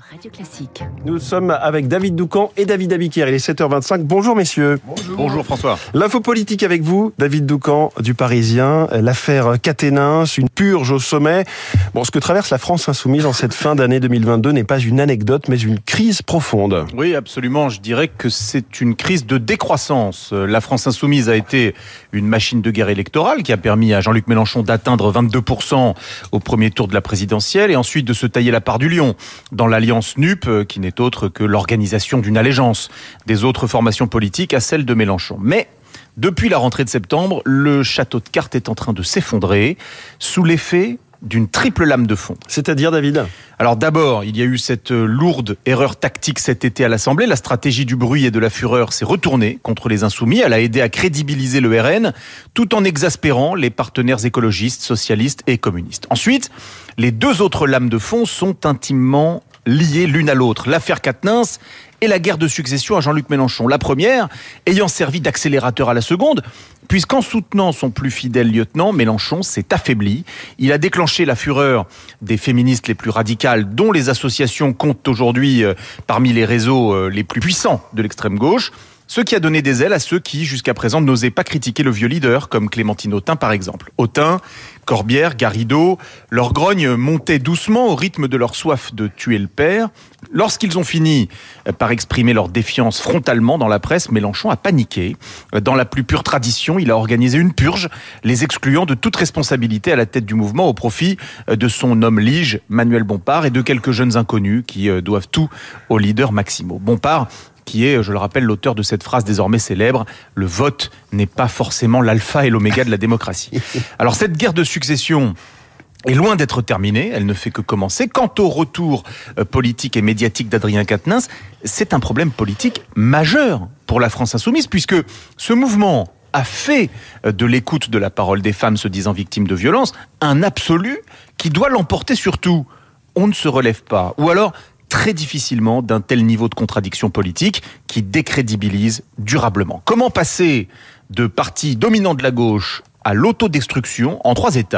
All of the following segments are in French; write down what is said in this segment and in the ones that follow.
Radio Classique. Nous sommes avec David Doucan et David Abiker. Il est 7h25. Bonjour messieurs. Bonjour François. L'info politique avec vous, David Doucan du Parisien. L'affaire Quatennens, une purge au sommet. Bon, ce que traverse la France insoumise en cette fin d'année 2022 n'est pas une anecdote, mais une crise profonde. Oui, absolument. Je dirais que c'est une crise de décroissance. La France insoumise a été une machine de guerre électorale qui a permis à Jean-Luc Mélenchon d'atteindre 22% au premier tour de la présidentielle et ensuite de se tailler la part du lion dans l'alliance NUP, qui n'est autre que l'organisation d'une allégeance des autres formations politiques à celle de Mélenchon. Mais depuis la rentrée de septembre, le château de cartes est en train de s'effondrer sous l'effet d'une triple lame de fond. C'est-à-dire, David ? Alors d'abord, il y a eu cette lourde erreur tactique cet été à l'Assemblée. La stratégie du bruit et de la fureur s'est retournée contre les Insoumis. Elle a aidé à crédibiliser le RN, tout en exaspérant les partenaires écologistes, socialistes et communistes. Ensuite, les deux autres lames de fond sont intimement liées l'une à l'autre. L'affaire Quatennens et la guerre de succession à Jean-Luc Mélenchon. La première ayant servi d'accélérateur à la seconde, puisqu'en soutenant son plus fidèle lieutenant, Mélenchon s'est affaibli. Il a déclenché la fureur des féministes les plus radicales, dont les associations comptent aujourd'hui parmi les réseaux les plus puissants de l'extrême gauche, ce qui a donné des ailes à ceux qui, jusqu'à présent, n'osaient pas critiquer le vieux leader, comme Clémentine Autain par exemple. Autain, Corbière, Garrido, leur grogne montait doucement au rythme de leur soif de tuer le père. Lorsqu'ils ont fini par exprimer leur défiance frontalement dans la presse, Mélenchon a paniqué. Dans la plus pure tradition, il a organisé une purge, les excluant de toute responsabilité à la tête du mouvement au profit de son homme lige, Manuel Bompard, et de quelques jeunes inconnus qui doivent tout au leader Maximo. Bompard, qui est, je le rappelle, l'auteur de cette phrase désormais célèbre, « Le vote n'est pas forcément l'alpha et l'oméga de la démocratie ». Alors cette guerre de succession est loin d'être terminée, elle ne fait que commencer. Quant au retour politique et médiatique d'Adrien Quatennens, c'est un problème politique majeur pour la France insoumise, puisque ce mouvement a fait de l'écoute de la parole des femmes se disant victimes de violences un absolu qui doit l'emporter sur tout. On ne se relève pas. Ou alors, très difficilement d'un tel niveau de contradiction politique qui décrédibilise durablement. Comment passer de parti dominant de la gauche à l'autodestruction en 3 étapes ?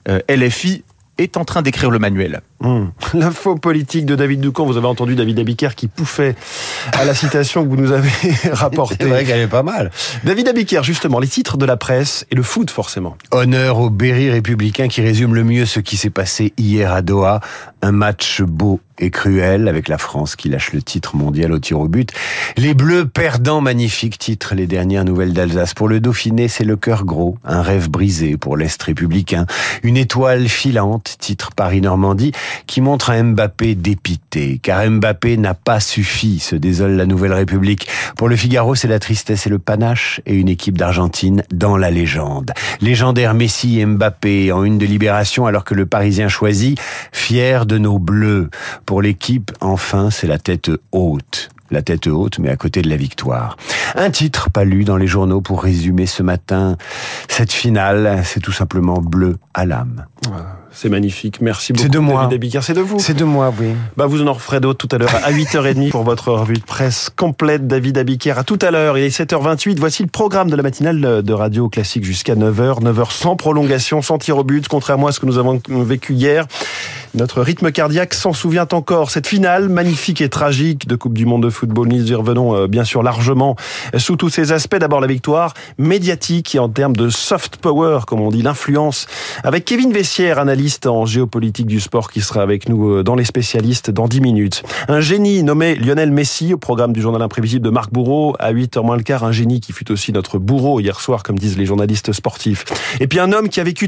LFI est en train d'écrire le manuel. L'info politique de David Doucan, vous avez entendu David Abiker qui pouffait à la citation que vous nous avez rapportée. C'est vrai qu'elle est pas mal. David Abiker, justement, les titres de la presse et le foot forcément. Honneur au Berry républicain qui résume le mieux ce qui s'est passé hier à Doha. Un match beau et cruel avec la France qui lâche le titre mondial au tir au but. Les Bleus perdants magnifiques, titre les dernières nouvelles d'Alsace. Pour le Dauphiné, c'est le cœur gros. Un rêve brisé pour l'Est républicain. Une étoile filante, titre Paris-Normandie, qui montre un Mbappé dépité. Car Mbappé n'a pas suffi, se désole la Nouvelle République. Pour le Figaro, c'est la tristesse et le panache et une équipe d'Argentine dans la légende. Légendaire Messi et Mbappé en une de Libération alors que le Parisien choisit, fier de nos Bleus. Pour l'équipe, enfin, c'est la tête haute. La tête haute, mais à côté de la victoire. Un titre pas lu dans les journaux pour résumer ce matin cette finale, c'est tout simplement bleu à l'âme. C'est magnifique, merci beaucoup. C'est de moi. David Abiker, c'est de vous. C'est de moi, oui. Vous en referez d'autres tout à l'heure à 8h30 pour votre revue de presse complète. David Abiker, à tout à l'heure. Il est 7h28. Voici le programme de la matinale de Radio Classique jusqu'à 9h. 9h sans prolongation, sans tir au but, contrairement à ce que nous avons vécu hier. Notre rythme cardiaque s'en souvient encore. Cette finale magnifique et tragique de Coupe du Monde de football. Nous y revenons bien sûr largement sous tous ses aspects. D'abord la victoire médiatique et en termes de soft power, comme on dit, l'influence. Avec Kevin Vessière, analyste en géopolitique du sport, qui sera avec nous dans les spécialistes dans 10 minutes. Un génie nommé Lionel Messi au programme du journal imprévisible de Marc Bourreau à 8h moins le quart. Un génie qui fut aussi notre bourreau hier soir, comme disent les journalistes sportifs. Et puis un homme qui a vécu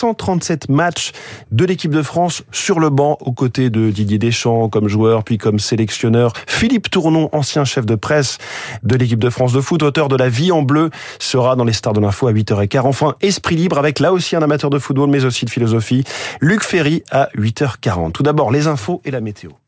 337 matchs de l'équipe de France sur le banc aux côtés de Didier Deschamps comme joueur puis comme sélectionneur. Philippe Tournon, ancien chef de presse de l'équipe de France de foot, auteur de La Vie en bleu, sera dans les stars de l'info à 8h15. Enfin, Esprit libre avec là aussi un amateur de football mais aussi de philosophie, Luc Ferry à 8h40. Tout d'abord les infos et la météo.